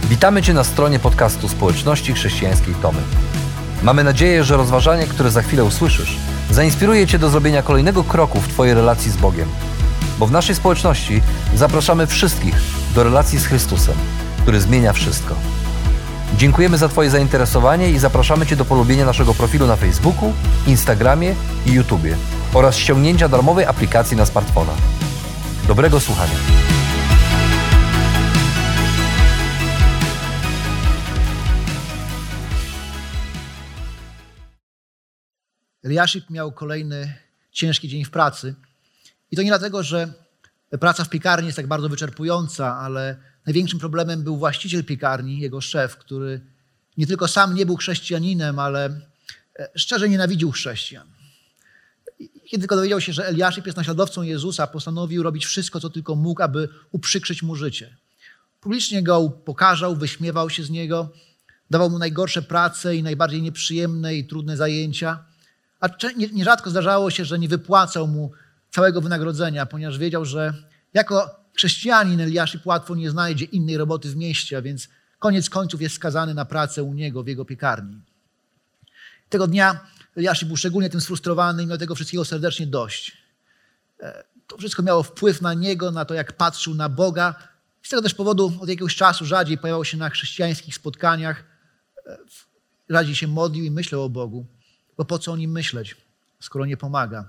Witamy Cię na stronie podcastu Społeczności Chrześcijańskiej Tomy. Mamy nadzieję, że rozważanie, które za chwilę usłyszysz, zainspiruje Cię do zrobienia kolejnego kroku w Twojej relacji z Bogiem. Bo w naszej społeczności zapraszamy wszystkich do relacji z Chrystusem, który zmienia wszystko. Dziękujemy za Twoje zainteresowanie i zapraszamy Cię do polubienia naszego profilu na Facebooku, Instagramie i YouTubie oraz ściągnięcia darmowej aplikacji na smartfona. Dobrego słuchania. Eliaszib miał kolejny ciężki dzień w pracy. I to nie dlatego, że praca w piekarni jest tak bardzo wyczerpująca, ale największym problemem był właściciel piekarni, jego szef, który nie tylko sam nie był chrześcijaninem, ale szczerze nienawidził chrześcijan. Kiedy tylko dowiedział się, że Eliaszib jest naśladowcą Jezusa, postanowił robić wszystko, co tylko mógł, aby uprzykrzyć mu życie. Publicznie go upokarzał, wyśmiewał się z niego, dawał mu najgorsze prace i najbardziej nieprzyjemne i trudne zajęcia. A nierzadko zdarzało się, że nie wypłacał mu całego wynagrodzenia, ponieważ wiedział, że jako chrześcijanin Eliaszib łatwo nie znajdzie innej roboty w mieście, a więc koniec końców jest skazany na pracę u niego w jego piekarni. Tego dnia Eliaszib był szczególnie tym sfrustrowany i miał tego wszystkiego serdecznie dość. To wszystko miało wpływ na niego, na to, jak patrzył na Boga. Z tego też powodu od jakiegoś czasu rzadziej pojawiał się na chrześcijańskich spotkaniach, rzadziej się modlił i myślał o Bogu. Bo po co o nim myśleć, skoro nie pomaga?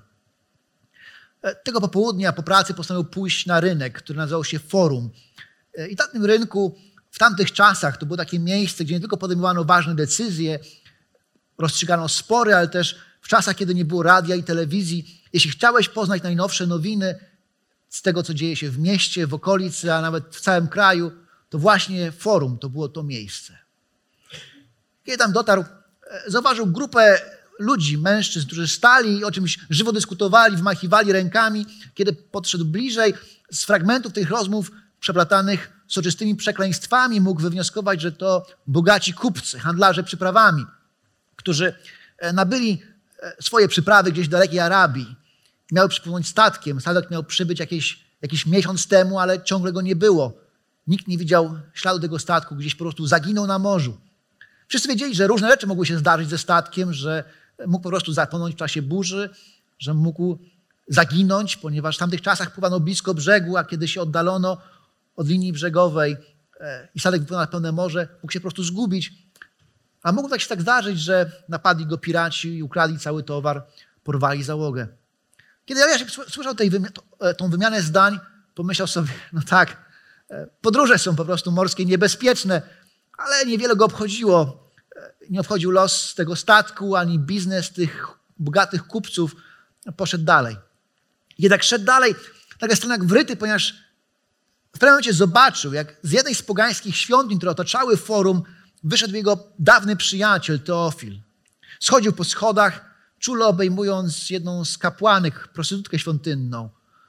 Tego popołudnia po pracy postanowił pójść na rynek, który nazywał się Forum. I na tym rynku w tamtych czasach to było takie miejsce, gdzie nie tylko podejmowano ważne decyzje, rozstrzygano spory, ale też w czasach, kiedy nie było radia i telewizji, jeśli chciałeś poznać najnowsze nowiny z tego, co dzieje się w mieście, w okolicy, a nawet w całym kraju, to właśnie Forum to było to miejsce. Kiedy tam dotarł, zauważył grupę ludzi, mężczyzn, którzy stali i o czymś żywo dyskutowali, wmachiwali rękami. Kiedy podszedł bliżej, z fragmentów tych rozmów przeplatanych soczystymi przekleństwami mógł wywnioskować, że to bogaci kupcy, handlarze przyprawami, którzy nabyli swoje przyprawy gdzieś w dalekiej Arabii. Miały przypłynąć statkiem. Statek miał przybyć jakiś miesiąc temu, ale ciągle go nie było. Nikt nie widział śladu tego statku, gdzieś po prostu zaginął na morzu. Wszyscy wiedzieli, że różne rzeczy mogły się zdarzyć ze statkiem, że mógł po prostu zatonąć w czasie burzy, że mógł zaginąć, ponieważ w tamtych czasach pływano blisko brzegu, a kiedy się oddalono od linii brzegowej i statek wypłynął na pełne morze, mógł się po prostu zgubić. A mogło się tak zdarzyć, że napadli go piraci i ukradli cały towar, porwali załogę. Kiedy Eliaszib słyszał tą wymianę zdań, pomyślał sobie, no tak, podróże są po prostu morskie niebezpieczne, ale niewiele go obchodziło. Nie obchodził los tego statku, ani biznes tych bogatych kupców. Poszedł dalej. Jednak szedł dalej, nagle stanął jak wryty, ponieważ w pewnym momencie zobaczył, jak z jednej z pogańskich świątyń, które otaczały Forum, wyszedł jego dawny przyjaciel Teofil. Schodził po schodach, czule obejmując jedną z kapłanek, prostytutkę świątynną.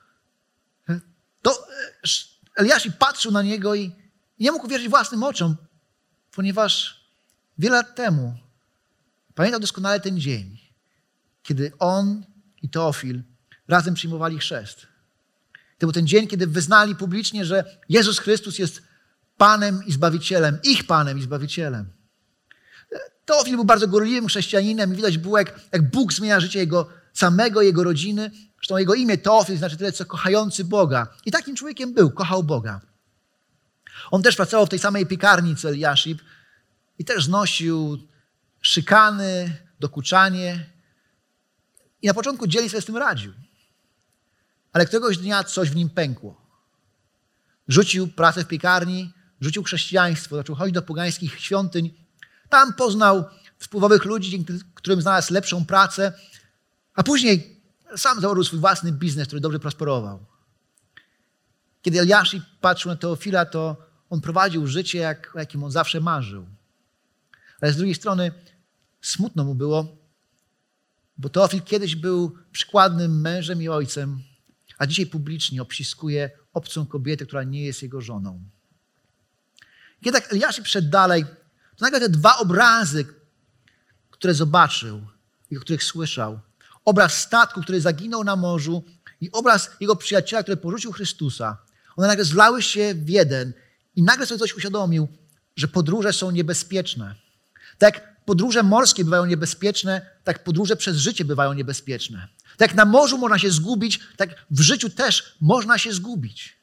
To Eliaszib patrzył na niego i nie mógł uwierzyć własnym oczom, ponieważ wiele lat temu pamiętał doskonale ten dzień, kiedy on i Teofil razem przyjmowali chrzest. To był ten dzień, kiedy wyznali publicznie, że Jezus Chrystus jest Panem i Zbawicielem, ich Panem i Zbawicielem. Teofil był bardzo gorliwym chrześcijaninem i widać było, jak Bóg zmienia życie jego samego, jego rodziny. Zresztą jego imię Teofil znaczy tyle, co kochający Boga. I takim człowiekiem był, kochał Boga. On też pracował w tej samej piekarni, co Eliaszib i też znosił szykany, dokuczanie i na początku dzielnie sobie z tym radził. Ale któregoś dnia coś w nim pękło. Rzucił pracę w piekarni, rzucił chrześcijaństwo, zaczął chodzić do pogańskich świątyń. Tam poznał wpływowych ludzi, dzięki którym znalazł lepszą pracę, a później sam założył swój własny biznes, który dobrze prosperował. Kiedy Eliaszib patrzył na Teofila, to on prowadził życie, o jakim on zawsze marzył. Ale z drugiej strony smutno mu było, bo Teofil kiedyś był przykładnym mężem i ojcem, a dzisiaj publicznie obciskuje obcą kobietę, która nie jest jego żoną. Kiedy tak Eliaszib szedł dalej, to nagle te dwa obrazy, które zobaczył i o których słyszał, obraz statku, który zaginął na morzu i obraz jego przyjaciela, który porzucił Chrystusa, one nagle zlały się w jeden i nagle sobie coś uświadomił, że podróże są niebezpieczne. Tak jak podróże morskie bywają niebezpieczne, tak podróże przez życie bywają niebezpieczne. Tak jak na morzu można się zgubić, tak w życiu też można się zgubić.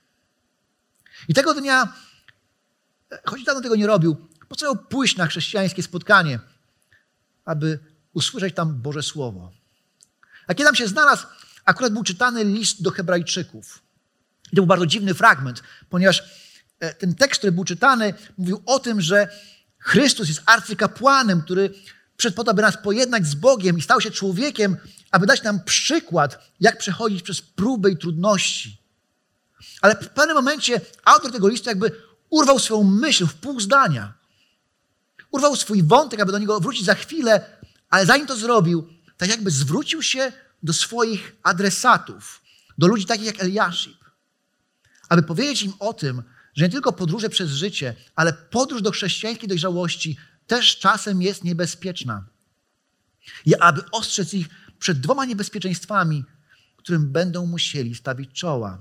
I tego dnia, choć dawno tego nie robił, postanowił pójść na chrześcijańskie spotkanie, aby usłyszeć tam Boże Słowo. A kiedy tam się znalazł, akurat był czytany list do Hebrajczyków. I to był bardzo dziwny fragment, ponieważ ten tekst, który był czytany, mówił o tym, że Chrystus jest arcykapłanem, który przyszedł po to, aby nas pojednać z Bogiem i stał się człowiekiem, aby dać nam przykład, jak przechodzić przez próby i trudności. Ale w pewnym momencie autor tego listu jakby urwał swoją myśl w pół zdania. Urwał swój wątek, aby do niego wrócić za chwilę, ale zanim to zrobił, tak jakby zwrócił się do swoich adresatów, do ludzi takich jak Eliaszib, aby powiedzieć im o tym, że nie tylko podróże przez życie, ale podróż do chrześcijańskiej dojrzałości też czasem jest niebezpieczna. I aby ostrzec ich przed 2 niebezpieczeństwami, którym będą musieli stawić czoła.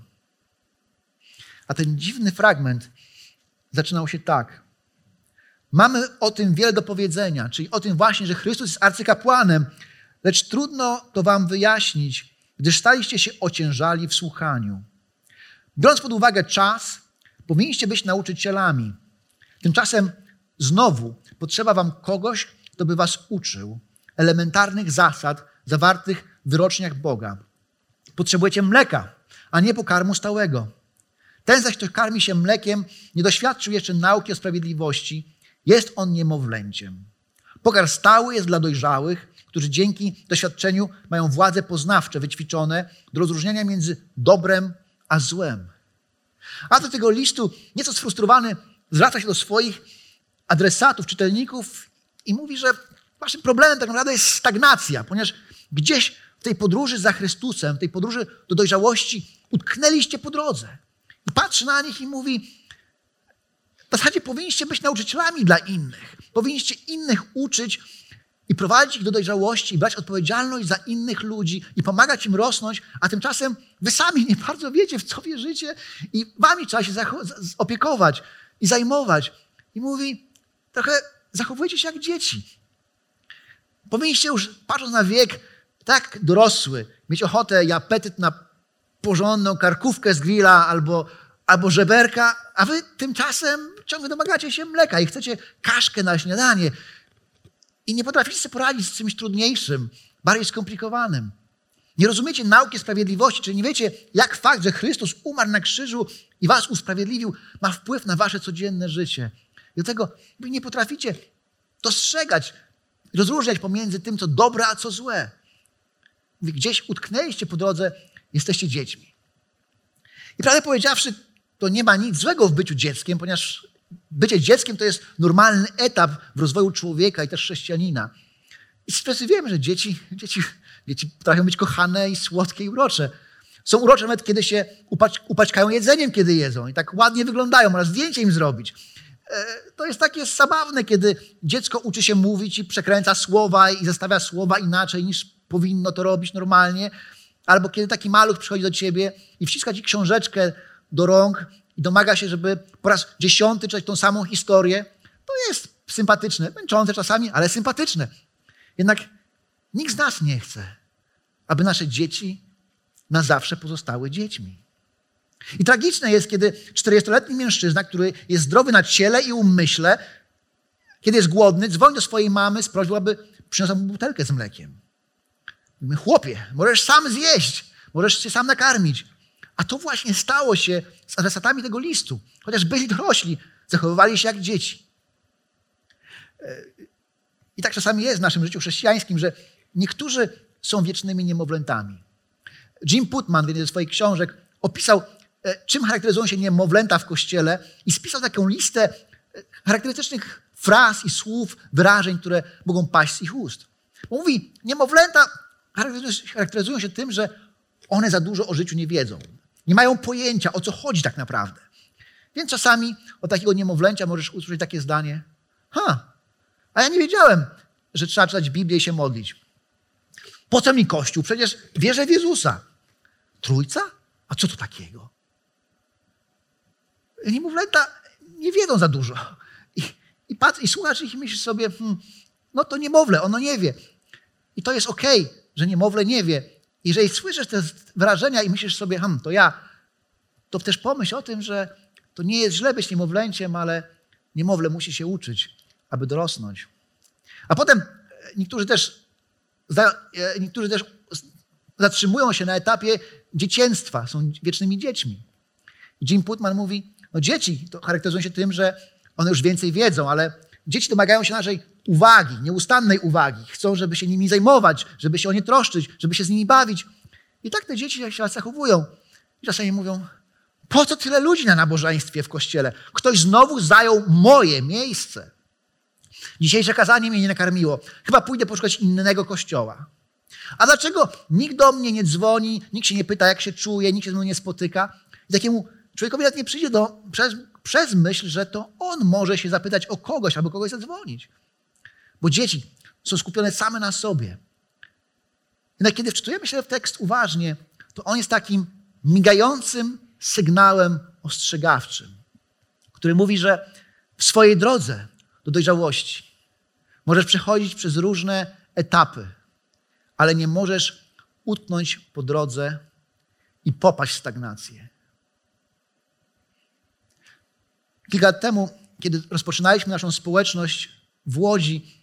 A ten dziwny fragment zaczynał się tak. Mamy o tym wiele do powiedzenia, czyli o tym właśnie, że Chrystus jest arcykapłanem, lecz trudno to wam wyjaśnić, gdyż staliście się ociężali w słuchaniu. Biorąc pod uwagę czas, powinniście być nauczycielami. Tymczasem znowu potrzeba wam kogoś, kto by was uczył elementarnych zasad zawartych w wyroczniach Boga. Potrzebujecie mleka, a nie pokarmu stałego. Ten zaś, kto karmi się mlekiem, nie doświadczył jeszcze nauki o sprawiedliwości. Jest on niemowlęciem. Pokarm stały jest dla dojrzałych, którzy dzięki doświadczeniu mają władze poznawcze wyćwiczone do rozróżniania między dobrem a złem. A do tego listu, nieco sfrustrowany, zwraca się do swoich adresatów, czytelników i mówi, że waszym problemem tak naprawdę jest stagnacja, ponieważ gdzieś w tej podróży za Chrystusem, w tej podróży do dojrzałości utknęliście po drodze. I patrzy na nich i mówi, w zasadzie powinniście być nauczycielami dla innych. Powinniście innych uczyć i prowadzić ich do dojrzałości i brać odpowiedzialność za innych ludzi i pomagać im rosnąć, a tymczasem wy sami nie bardzo wiecie, w co wierzycie i wami trzeba się opiekować i zajmować. I mówi, trochę zachowujecie się jak dzieci. Powinniście już, patrząc na wiek tak dorosły, mieć ochotę i apetyt na porządną karkówkę z grilla albo żeberka, a wy tymczasem ciągle domagacie się mleka i chcecie kaszkę na śniadanie i nie potraficie sobie poradzić z czymś trudniejszym, bardziej skomplikowanym. Nie rozumiecie nauki sprawiedliwości, czyli nie wiecie, jak fakt, że Chrystus umarł na krzyżu i was usprawiedliwił, ma wpływ na wasze codzienne życie. I dlatego wy nie potraficie dostrzegać, rozróżniać pomiędzy tym, co dobre, a co złe. Mówi, gdzieś utknęliście po drodze, jesteście dziećmi. I prawdę powiedziawszy, to nie ma nic złego w byciu dzieckiem, ponieważ bycie dzieckiem to jest normalny etap w rozwoju człowieka i też chrześcijanina. I wszyscy wiemy, że dzieci potrafią być kochane i słodkie i urocze. Są urocze nawet, kiedy się upaćkają jedzeniem, kiedy jedzą i tak ładnie wyglądają, można zdjęcie im zrobić. To jest takie zabawne, kiedy dziecko uczy się mówić i przekręca słowa i zestawia słowa inaczej niż powinno to robić normalnie. Albo kiedy taki maluch przychodzi do ciebie i wciska ci książeczkę do rąk i domaga się, żeby po raz 10 czytać tą samą historię. To jest sympatyczne, męczące czasami, ale sympatyczne. Jednak nikt z nas nie chce, aby nasze dzieci na zawsze pozostały dziećmi. I tragiczne jest, kiedy 40-letni mężczyzna, który jest zdrowy na ciele i umyśle, kiedy jest głodny, dzwoni do swojej mamy z prośbą, aby przyniosła mu butelkę z mlekiem. Mówimy, chłopie, możesz sam zjeść, możesz się sam nakarmić. A to właśnie stało się z adresatami tego listu. Chociaż byli dorośli, zachowywali się jak dzieci. I tak czasami jest w naszym życiu chrześcijańskim, że niektórzy są wiecznymi niemowlętami. Jim Putman w jednej ze swoich książek opisał, czym charakteryzują się niemowlęta w Kościele i spisał taką listę charakterystycznych fraz i słów, wyrażeń, które mogą paść z ich ust. Bo mówi, niemowlęta charakteryzują się tym, że one za dużo o życiu nie wiedzą. Nie mają pojęcia, o co chodzi tak naprawdę. Więc czasami od takiego niemowlęcia możesz usłyszeć takie zdanie, a ja nie wiedziałem, że trzeba czytać Biblię i się modlić. Po co mi Kościół? Przecież wierzę w Jezusa. Trójca? A co to takiego? Niemowlęta nie wiedzą za dużo. I słuchasz ich i myślisz sobie, no to niemowlę, ono nie wie. I to jest okej, że niemowlę nie wie. Jeżeli słyszysz te wrażenia i myślisz sobie, to ja, to też pomyśl o tym, że to nie jest źle być niemowlęciem, ale niemowlę musi się uczyć, aby dorosnąć. A potem niektórzy też zatrzymują się na etapie dzieciństwa, są wiecznymi dziećmi. Jim Putman mówi, dzieci to charakteryzują się tym, że one już więcej wiedzą, ale dzieci domagają się naszej uwagi, nieustannej uwagi. Chcą, żeby się nimi zajmować, żeby się o nie troszczyć, żeby się z nimi bawić. I tak te dzieci się zachowują. I czasami mówią, po co tyle ludzi na nabożeństwie w kościele? Ktoś znowu zajął moje miejsce. Dzisiejsze kazanie mnie nie nakarmiło. Chyba pójdę poszukać innego kościoła. A dlaczego nikt do mnie nie dzwoni, nikt się nie pyta, jak się czuje, nikt się ze mną nie spotyka? I takiemu człowiekowi nawet nie przyjdzie przez myśl, że to on może się zapytać o kogoś albo kogoś zadzwonić. Bo dzieci są skupione same na sobie. Jednak kiedy wczytujemy się w tekst uważnie, to on jest takim migającym sygnałem ostrzegawczym, który mówi, że w swojej drodze do dojrzałości możesz przechodzić przez różne etapy, ale nie możesz utknąć po drodze i popaść w stagnację. Kilka lat temu, kiedy rozpoczynaliśmy naszą społeczność w Łodzi,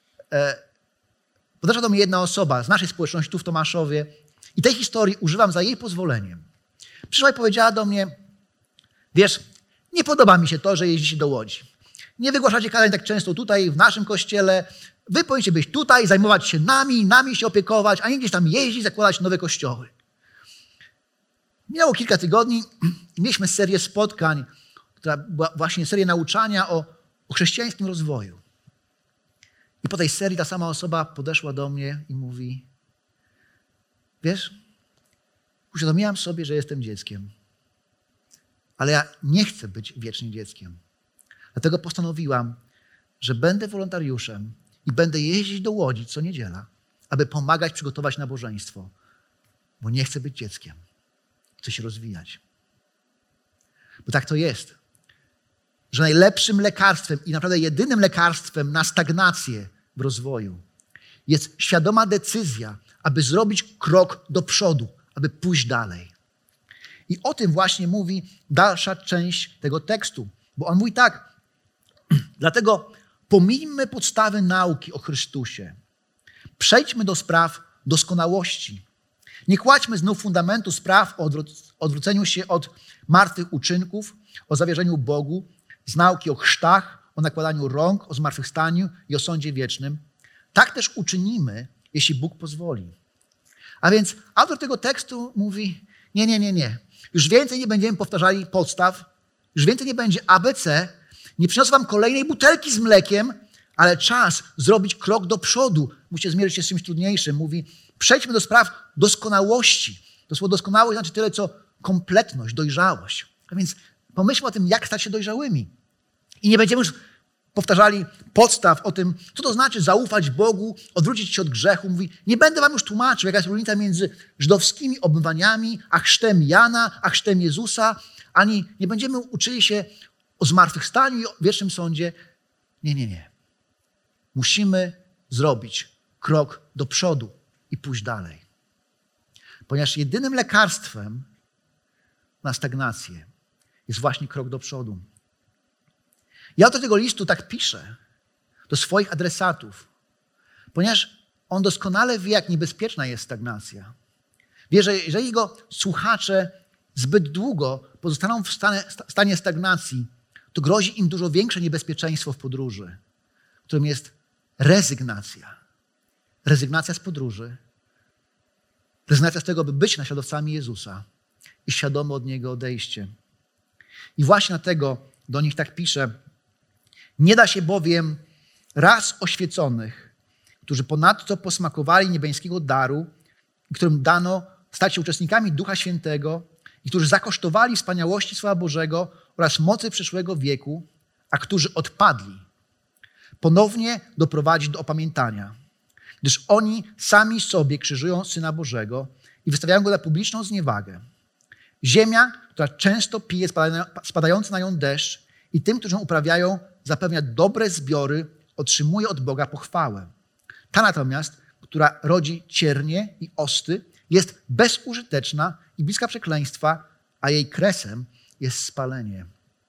podeszła do mnie jedna osoba z naszej społeczności tu w Tomaszowie i tej historii używam za jej pozwoleniem. Przyszła i powiedziała do mnie, wiesz, nie podoba mi się to, że jeździcie do Łodzi. Nie wygłaszacie kazań tak często tutaj, w naszym kościele. Wy powinniście być tutaj, zajmować się nami się opiekować, a nie gdzieś tam jeździć, zakładać nowe kościoły. Minęło kilka tygodni i mieliśmy serię spotkań, która była właśnie serię nauczania o chrześcijańskim rozwoju. I po tej serii ta sama osoba podeszła do mnie i mówi, wiesz, uświadomiłam sobie, że jestem dzieckiem, ale ja nie chcę być wiecznie dzieckiem. Dlatego postanowiłam, że będę wolontariuszem i będę jeździć do Łodzi co niedziela, aby pomagać przygotować nabożeństwo, bo nie chcę być dzieckiem. Chcę się rozwijać. Bo tak to jest, że najlepszym lekarstwem i naprawdę jedynym lekarstwem na stagnację w rozwoju jest świadoma decyzja, aby zrobić krok do przodu, aby pójść dalej. I o tym właśnie mówi dalsza część tego tekstu. Bo on mówi tak, dlatego pomijmy podstawy nauki o Chrystusie. Przejdźmy do spraw doskonałości. Nie kładźmy znów fundamentu spraw o odwróceniu się od martwych uczynków, o zawierzeniu Bogu, z nauki o chrztach, o nakładaniu rąk, o zmartwychwstaniu i o sądzie wiecznym. Tak też uczynimy, jeśli Bóg pozwoli. A więc autor tego tekstu mówi, nie. Już więcej nie będziemy powtarzali podstaw, już więcej nie będzie ABC, nie przyniosę wam kolejnej butelki z mlekiem, ale czas zrobić krok do przodu. Musicie zmierzyć się z czymś trudniejszym. Mówi, przejdźmy do spraw doskonałości. To słowo doskonałość znaczy tyle, co kompletność, dojrzałość. A więc pomyślmy o tym, jak stać się dojrzałymi. I nie będziemy już powtarzali podstaw o tym, co to znaczy zaufać Bogu, odwrócić się od grzechu. Mówi, nie będę wam już tłumaczył, jaka jest różnica między żydowskimi obmywaniami, a chrztem Jana, a chrztem Jezusa, ani nie będziemy uczyli się o zmartwychwstaniu i o wiecznym sądzie. Nie. Musimy zrobić krok do przodu i pójść dalej. Ponieważ jedynym lekarstwem na stagnację jest właśnie krok do przodu. I autor tego listu tak pisze do swoich adresatów, ponieważ on doskonale wie, jak niebezpieczna jest stagnacja. Wie, że jeżeli jego słuchacze zbyt długo pozostaną w stanie stagnacji, to grozi im dużo większe niebezpieczeństwo w podróży, którym jest rezygnacja. Rezygnacja z podróży, rezygnacja z tego, by być naśladowcami Jezusa i świadome od Niego odejście. I właśnie dlatego do nich tak pisze, nie da się bowiem raz oświeconych, którzy ponadto posmakowali niebiańskiego daru, którym dano stać się uczestnikami Ducha Świętego i którzy zakosztowali wspaniałości Słowa Bożego oraz mocy przyszłego wieku, a którzy odpadli, ponownie doprowadzić do opamiętania, gdyż oni sami sobie krzyżują Syna Bożego i wystawiają Go na publiczną zniewagę. Ziemia, która często pije spadający na nią deszcz i tym, którzy ją uprawiają, zapewnia dobre zbiory, otrzymuje od Boga pochwałę. Ta natomiast, która rodzi ciernie i osty, jest bezużyteczna i bliska przekleństwa, a jej kresem jest spalenie.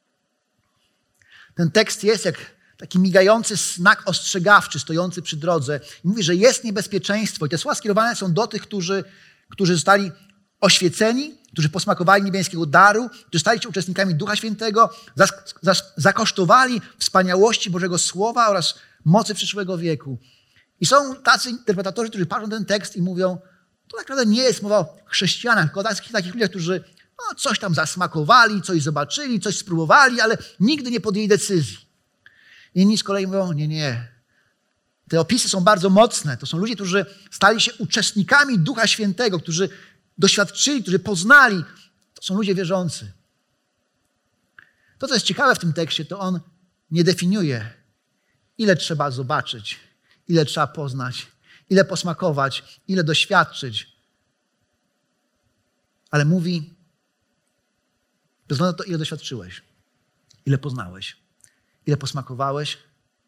Ten tekst jest jak taki migający znak ostrzegawczy stojący przy drodze. I mówi, że jest niebezpieczeństwo. I te słowa skierowane są do tych, którzy zostali oświeceni, którzy posmakowali niebieskiego daru, którzy stali się uczestnikami Ducha Świętego, zakosztowali wspaniałości Bożego Słowa oraz mocy przyszłego wieku. I są tacy interpretatorzy, którzy patrzą na ten tekst i mówią, to tak naprawdę nie jest mowa o chrześcijanach, tylko o takich ludziach, którzy coś tam zasmakowali, coś zobaczyli, coś spróbowali, ale nigdy nie podjęli decyzji. Inni z kolei mówią, nie. Te opisy są bardzo mocne. To są ludzie, którzy stali się uczestnikami Ducha Świętego, którzy doświadczyli, którzy poznali. To są ludzie wierzący. To, co jest ciekawe w tym tekście, to on nie definiuje, ile trzeba zobaczyć, ile trzeba poznać, ile posmakować, ile doświadczyć. Ale mówi, bez względu na to, ile doświadczyłeś, ile poznałeś, ile posmakowałeś,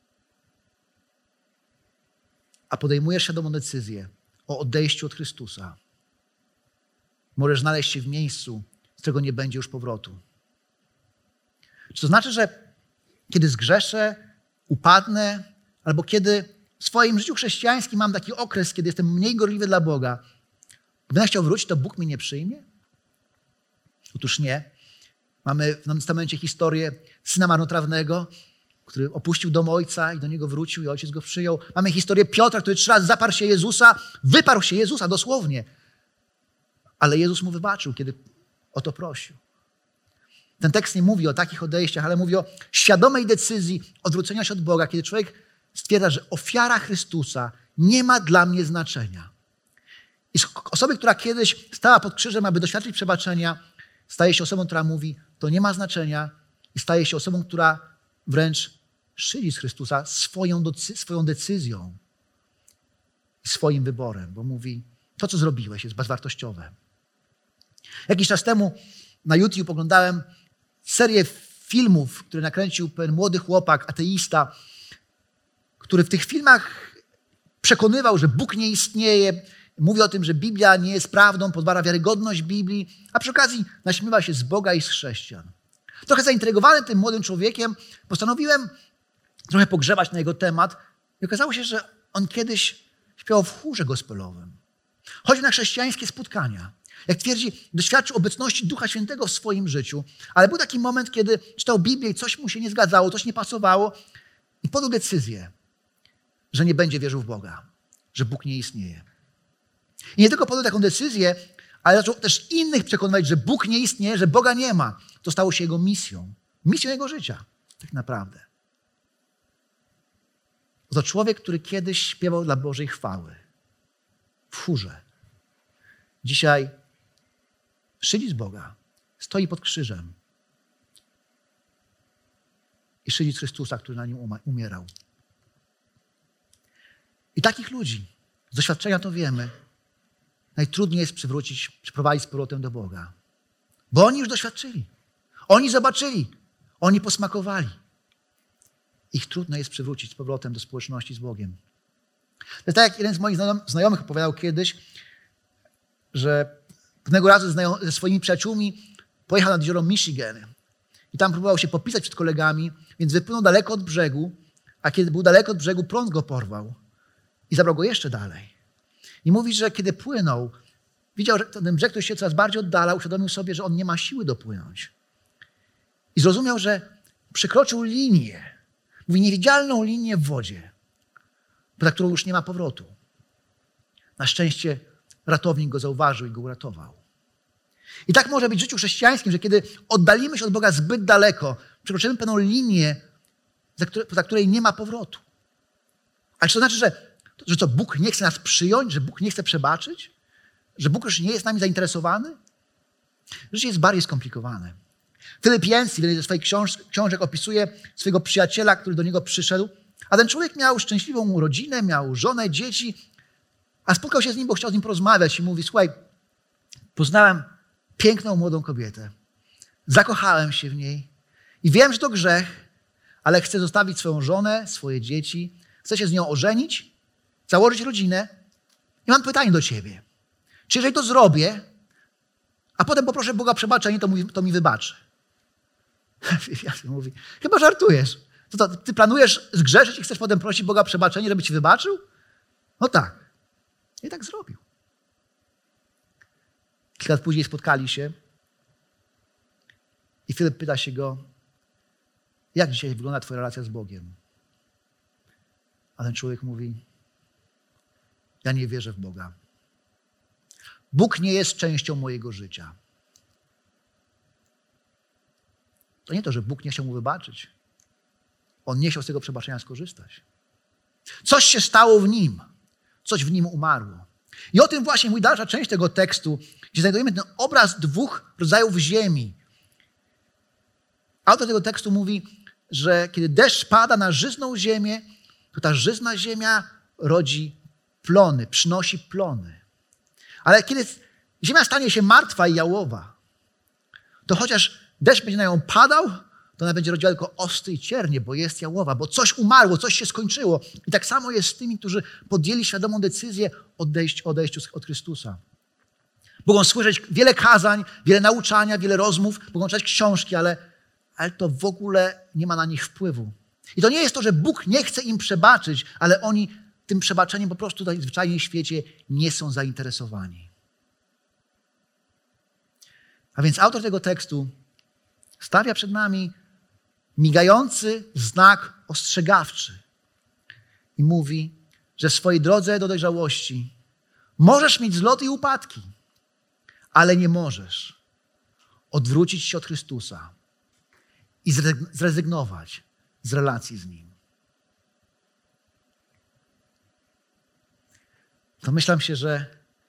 a podejmujesz świadomą decyzję o odejściu od Chrystusa, możesz znaleźć się w miejscu, z którego nie będzie już powrotu. Czy to znaczy, że kiedy zgrzeszę, upadnę, albo kiedy w swoim życiu chrześcijańskim mam taki okres, kiedy jestem mniej gorliwy dla Boga, będę chciał wrócić, to Bóg mnie nie przyjmie? Otóż nie. Mamy w Nowym Testamencie historię syna marnotrawnego, który opuścił dom ojca i do niego wrócił i ojciec go przyjął. Mamy historię Piotra, który 3 razy zaparł się Jezusa, wyparł się Jezusa dosłownie. Ale Jezus mu wybaczył, kiedy o to prosił. Ten tekst nie mówi o takich odejściach, ale mówi o świadomej decyzji odwrócenia się od Boga, kiedy człowiek stwierdza, że ofiara Chrystusa nie ma dla mnie znaczenia. I z osoby, która kiedyś stała pod krzyżem, aby doświadczyć przebaczenia, staje się osobą, która mówi, to nie ma znaczenia i staje się osobą, która wręcz szydzi z Chrystusa swoją decyzją i swoim wyborem, bo mówi, to, co zrobiłeś, jest bezwartościowe. Jakiś czas temu na YouTube oglądałem serię filmów, które nakręcił pewien młody chłopak, ateista, który w tych filmach przekonywał, że Bóg nie istnieje, mówi o tym, że Biblia nie jest prawdą, podważa wiarygodność Biblii, a przy okazji naśmiewa się z Boga i z chrześcijan. Trochę zaintrygowany tym młodym człowiekiem, postanowiłem trochę pogrzebać na jego temat i okazało się, że on kiedyś śpiewał w chórze gospelowym. Chodził na chrześcijańskie spotkania. Jak twierdzi, doświadczył obecności Ducha Świętego w swoim życiu, ale był taki moment, kiedy czytał Biblię i coś mu się nie zgadzało, coś nie pasowało i podjął decyzję, że nie będzie wierzył w Boga, że Bóg nie istnieje. I nie tylko podjął taką decyzję, ale zaczął też innych przekonywać, że Bóg nie istnieje, że Boga nie ma. To stało się jego misją jego życia, tak naprawdę. To człowiek, który kiedyś śpiewał dla Bożej chwały w chórze. Dzisiaj szydzi z Boga, stoi pod krzyżem i szydzi z Chrystusa, który na nim umierał. I takich ludzi, z doświadczenia to wiemy, najtrudniej jest przyprowadzić z powrotem do Boga. Bo oni już doświadczyli. Oni zobaczyli. Oni posmakowali. Ich trudno jest przywrócić z powrotem do społeczności z Bogiem. To jest tak, jak jeden z moich znajomych opowiadał kiedyś, że pewnego razu ze swoimi przyjaciółmi pojechał nad jezioro Michigan i tam próbował się popisać przed kolegami, więc wypłynął daleko od brzegu, a kiedy był daleko od brzegu, prąd go porwał i zabrał go jeszcze dalej. I mówi, że kiedy płynął, widział, że ten brzeg, który się coraz bardziej oddala, uświadomił sobie, że on nie ma siły dopłynąć. I zrozumiał, że przekroczył linię, mówi, niewidzialną linię w wodzie, za którą już nie ma powrotu. Na szczęście ratownik go zauważył i go uratował. I tak może być w życiu chrześcijańskim, że kiedy oddalimy się od Boga zbyt daleko, przekroczymy pewną linię, za której nie ma powrotu. Ale czy to znaczy, że co, Bóg nie chce nas przyjąć, że Bóg nie chce przebaczyć? Że Bóg już nie jest nami zainteresowany? Życie jest bardziej skomplikowane. Philip Yancey w jednej ze swoich książek opisuje swojego przyjaciela, który do niego przyszedł, a ten człowiek miał szczęśliwą rodzinę, miał żonę, dzieci, a spotkał się z nim, bo chciał z nim porozmawiać i mówi, słuchaj, poznałem piękną, młodą kobietę, zakochałem się w niej i wiem, że to grzech, ale chcę zostawić swoją żonę, swoje dzieci, chcę się z nią ożenić, założyć rodzinę i mam pytanie do ciebie. Czy jeżeli to zrobię, a potem poproszę Boga o przebaczenie, to mi wybaczy? Mówi, chyba żartujesz. Ty planujesz zgrzeszyć i chcesz potem prosić Boga o przebaczenie, żeby ci wybaczył? No tak. I tak zrobił. Kilka lat później spotkali się i Filip pyta się go, jak dzisiaj wygląda twoja relacja z Bogiem? A ten człowiek mówi, ja nie wierzę w Boga. Bóg nie jest częścią mojego życia. To nie to, że Bóg nie chciał mu wybaczyć. On nie chciał z tego przebaczenia skorzystać. Coś się stało w nim. Coś w nim umarło. I o tym właśnie mówi dalsza część tego tekstu, gdzie znajdujemy ten obraz dwóch rodzajów ziemi. Autor tego tekstu mówi, że kiedy deszcz pada na żyzną ziemię, to ta żyzna ziemia rodzi plony, przynosi plony. Ale kiedy ziemia stanie się martwa i jałowa, to chociaż deszcz będzie na nią padał, to ona będzie rodziła tylko osty i ciernie, bo jest jałowa, bo coś umarło, coś się skończyło. I tak samo jest z tymi, którzy podjęli świadomą decyzję o odejściu od Chrystusa. Mogą słyszeć wiele kazań, wiele nauczania, wiele rozmów, mogą czytać książki, ale to w ogóle nie ma na nich wpływu. I to nie jest to, że Bóg nie chce im przebaczyć, ale oni tym przebaczeniem po prostu tutaj w zwyczajnym świecie nie są zainteresowani. A więc autor tego tekstu stawia przed nami migający znak ostrzegawczy i mówi, że w swojej drodze do dojrzałości możesz mieć zloty i upadki, ale nie możesz odwrócić się od Chrystusa i zrezygnować z relacji z Nim. Domyślam się, że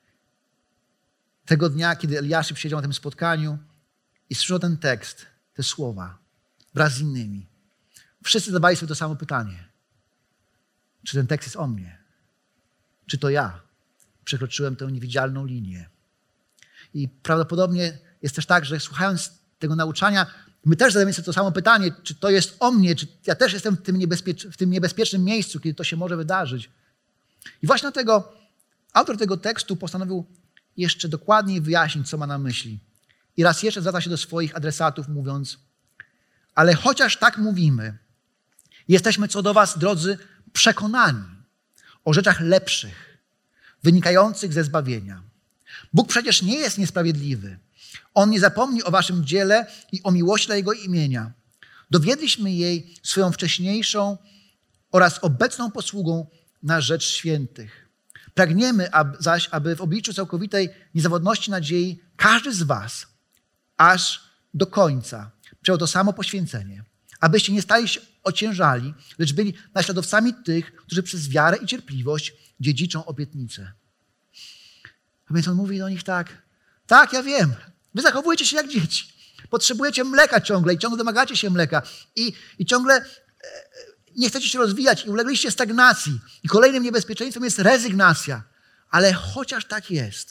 tego dnia, kiedy Eliaszyb siedział na tym spotkaniu i słyszał ten tekst, te słowa, wraz z innymi, wszyscy zadawali sobie to samo pytanie. Czy ten tekst jest o mnie? Czy to ja przekroczyłem tę niewidzialną linię? I prawdopodobnie jest też tak, że słuchając tego nauczania, my też zadajemy sobie to samo pytanie, czy to jest o mnie, czy ja też jestem w tym niebezpiecznym miejscu, kiedy to się może wydarzyć. I właśnie dlatego autor tego tekstu postanowił jeszcze dokładniej wyjaśnić, co ma na myśli. I raz jeszcze zwraca się do swoich adresatów, mówiąc, ale chociaż tak mówimy, jesteśmy co do was, drodzy, przekonani o rzeczach lepszych, wynikających ze zbawienia. Bóg przecież nie jest niesprawiedliwy. On nie zapomni o waszym dziele i o miłości dla Jego imienia. Dowiedliśmy jej swoją wcześniejszą oraz obecną posługą na rzecz świętych. Pragniemy zaś, aby w obliczu całkowitej niezawodności nadziei każdy z was aż do końca przejął to samo poświęcenie, abyście nie stali się ociężali, lecz byli naśladowcami tych, którzy przez wiarę i cierpliwość dziedziczą obietnicę. A więc on mówi do nich tak, ja wiem, wy zachowujecie się jak dzieci. Potrzebujecie mleka ciągle i ciągle domagacie się mleka i ciągle nie chcecie się rozwijać i ulegliście stagnacji. I kolejnym niebezpieczeństwem jest rezygnacja. Ale chociaż tak jest,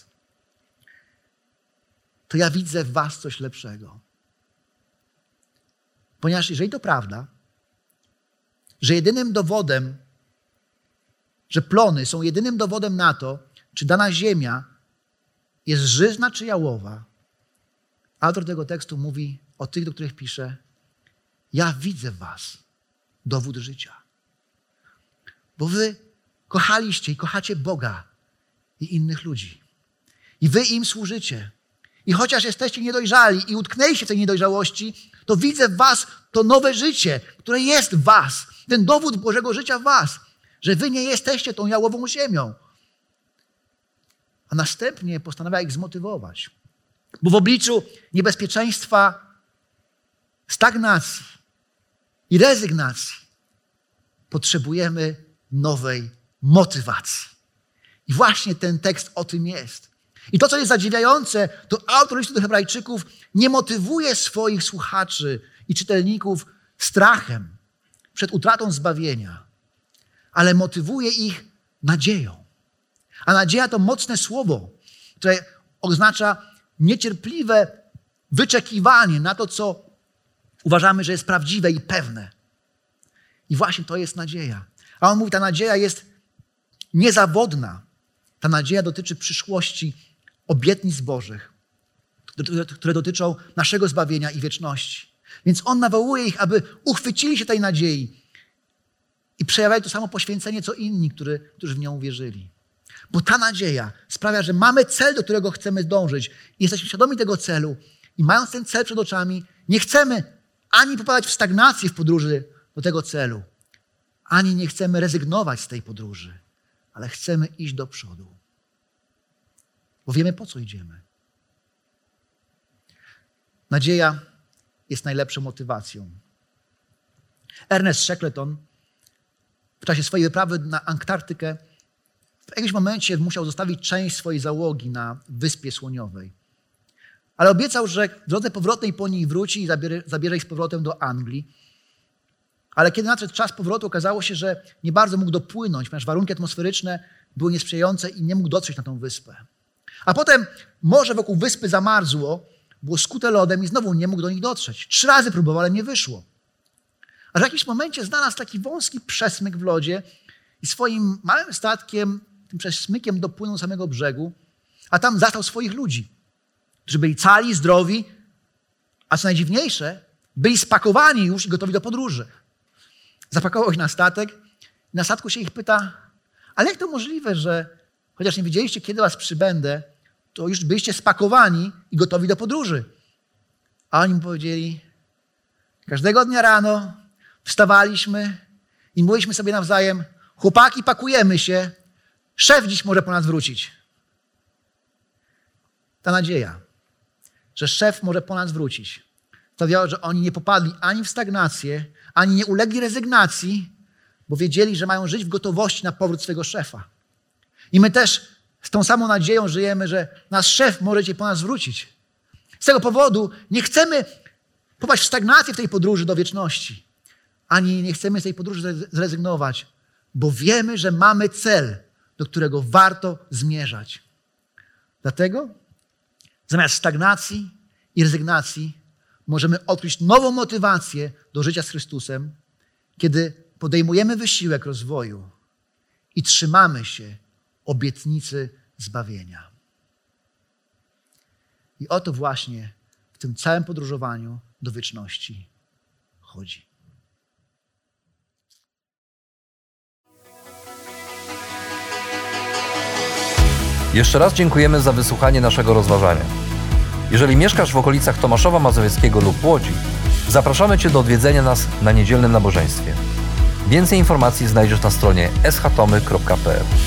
to ja widzę w was coś lepszego. Ponieważ jeżeli to prawda, że jedynym dowodem, że plony są jedynym dowodem na to, czy dana ziemia jest żyzna czy jałowa, autor tego tekstu mówi o tych, do których pisze, ja widzę w was dowód życia. Bo wy kochaliście i kochacie Boga i innych ludzi. I wy im służycie. I chociaż jesteście niedojrzali i utknęliście w tej niedojrzałości, to widzę w was to nowe życie, które jest w was. Ten dowód Bożego życia w was. Że wy nie jesteście tą jałową ziemią. A następnie postanawia ich zmotywować. Bo w obliczu niebezpieczeństwa stagnacji i rezygnacji potrzebujemy nowej motywacji. I właśnie ten tekst o tym jest. I to, co jest zadziwiające, to autor listu do Hebrajczyków nie motywuje swoich słuchaczy i czytelników strachem przed utratą zbawienia, ale motywuje ich nadzieją. A nadzieja to mocne słowo, które oznacza niecierpliwe wyczekiwanie na to, co uważamy, że jest prawdziwe i pewne. I właśnie to jest nadzieja. A on mówi, ta nadzieja jest niezawodna. Ta nadzieja dotyczy przyszłości, obietnic Bożych, które dotyczą naszego zbawienia i wieczności. Więc on nawołuje ich, aby uchwycili się tej nadziei i przejawiali to samo poświęcenie, co inni, którzy w nią uwierzyli. Bo ta nadzieja sprawia, że mamy cel, do którego chcemy dążyć i jesteśmy świadomi tego celu i mając ten cel przed oczami, nie chcemy ani popadać w stagnację w podróży do tego celu, ani nie chcemy rezygnować z tej podróży, ale chcemy iść do przodu. Bo wiemy, po co idziemy. Nadzieja jest najlepszą motywacją. Ernest Shackleton w czasie swojej wyprawy na Antarktykę w jakimś momencie musiał zostawić część swojej załogi na Wyspie Słoniowej. Ale obiecał, że w drodze powrotnej po nich wróci i zabierze ich z powrotem do Anglii. Ale kiedy nadszedł czas powrotu, okazało się, że nie bardzo mógł dopłynąć, ponieważ warunki atmosferyczne były niesprzyjające i nie mógł dotrzeć na tą wyspę. A potem morze wokół wyspy zamarzło, było skute lodem i znowu nie mógł do nich dotrzeć. 3 razy próbował, ale nie wyszło. A w jakimś momencie znalazł taki wąski przesmyk w lodzie i swoim małym statkiem, tym przesmykiem dopłynął do samego brzegu, a tam zastał swoich ludzi, którzy byli cali, zdrowi, a co najdziwniejsze, byli spakowani już i gotowi do podróży. Zapakował ich na statek i na statku się ich pyta, ale jak to możliwe, że chociaż nie wiedzieliście, kiedy was przybędę, to już byliście spakowani i gotowi do podróży. A oni mu powiedzieli, każdego dnia rano wstawaliśmy i mówiliśmy sobie nawzajem, chłopaki, pakujemy się, szef dziś może po nas wrócić. Ta nadzieja, że szef może po nas wrócić, sprawiała, że oni nie popadli ani w stagnację, ani nie ulegli rezygnacji, bo wiedzieli, że mają żyć w gotowości na powrót swojego szefa. I my też z tą samą nadzieją żyjemy, że nasz szef może cię po nas wrócić. Z tego powodu nie chcemy popaść w stagnację w tej podróży do wieczności, ani nie chcemy z tej podróży zrezygnować, bo wiemy, że mamy cel, do którego warto zmierzać. Dlatego zamiast stagnacji i rezygnacji możemy odkryć nową motywację do życia z Chrystusem, kiedy podejmujemy wysiłek rozwoju i trzymamy się obietnicy zbawienia. I o to właśnie w tym całym podróżowaniu do wieczności chodzi. Jeszcze raz dziękujemy za wysłuchanie naszego rozważania. Jeżeli mieszkasz w okolicach Tomaszowa Mazowieckiego lub Łodzi, zapraszamy Cię do odwiedzenia nas na niedzielnym nabożeństwie. Więcej informacji znajdziesz na stronie schtomy.pl.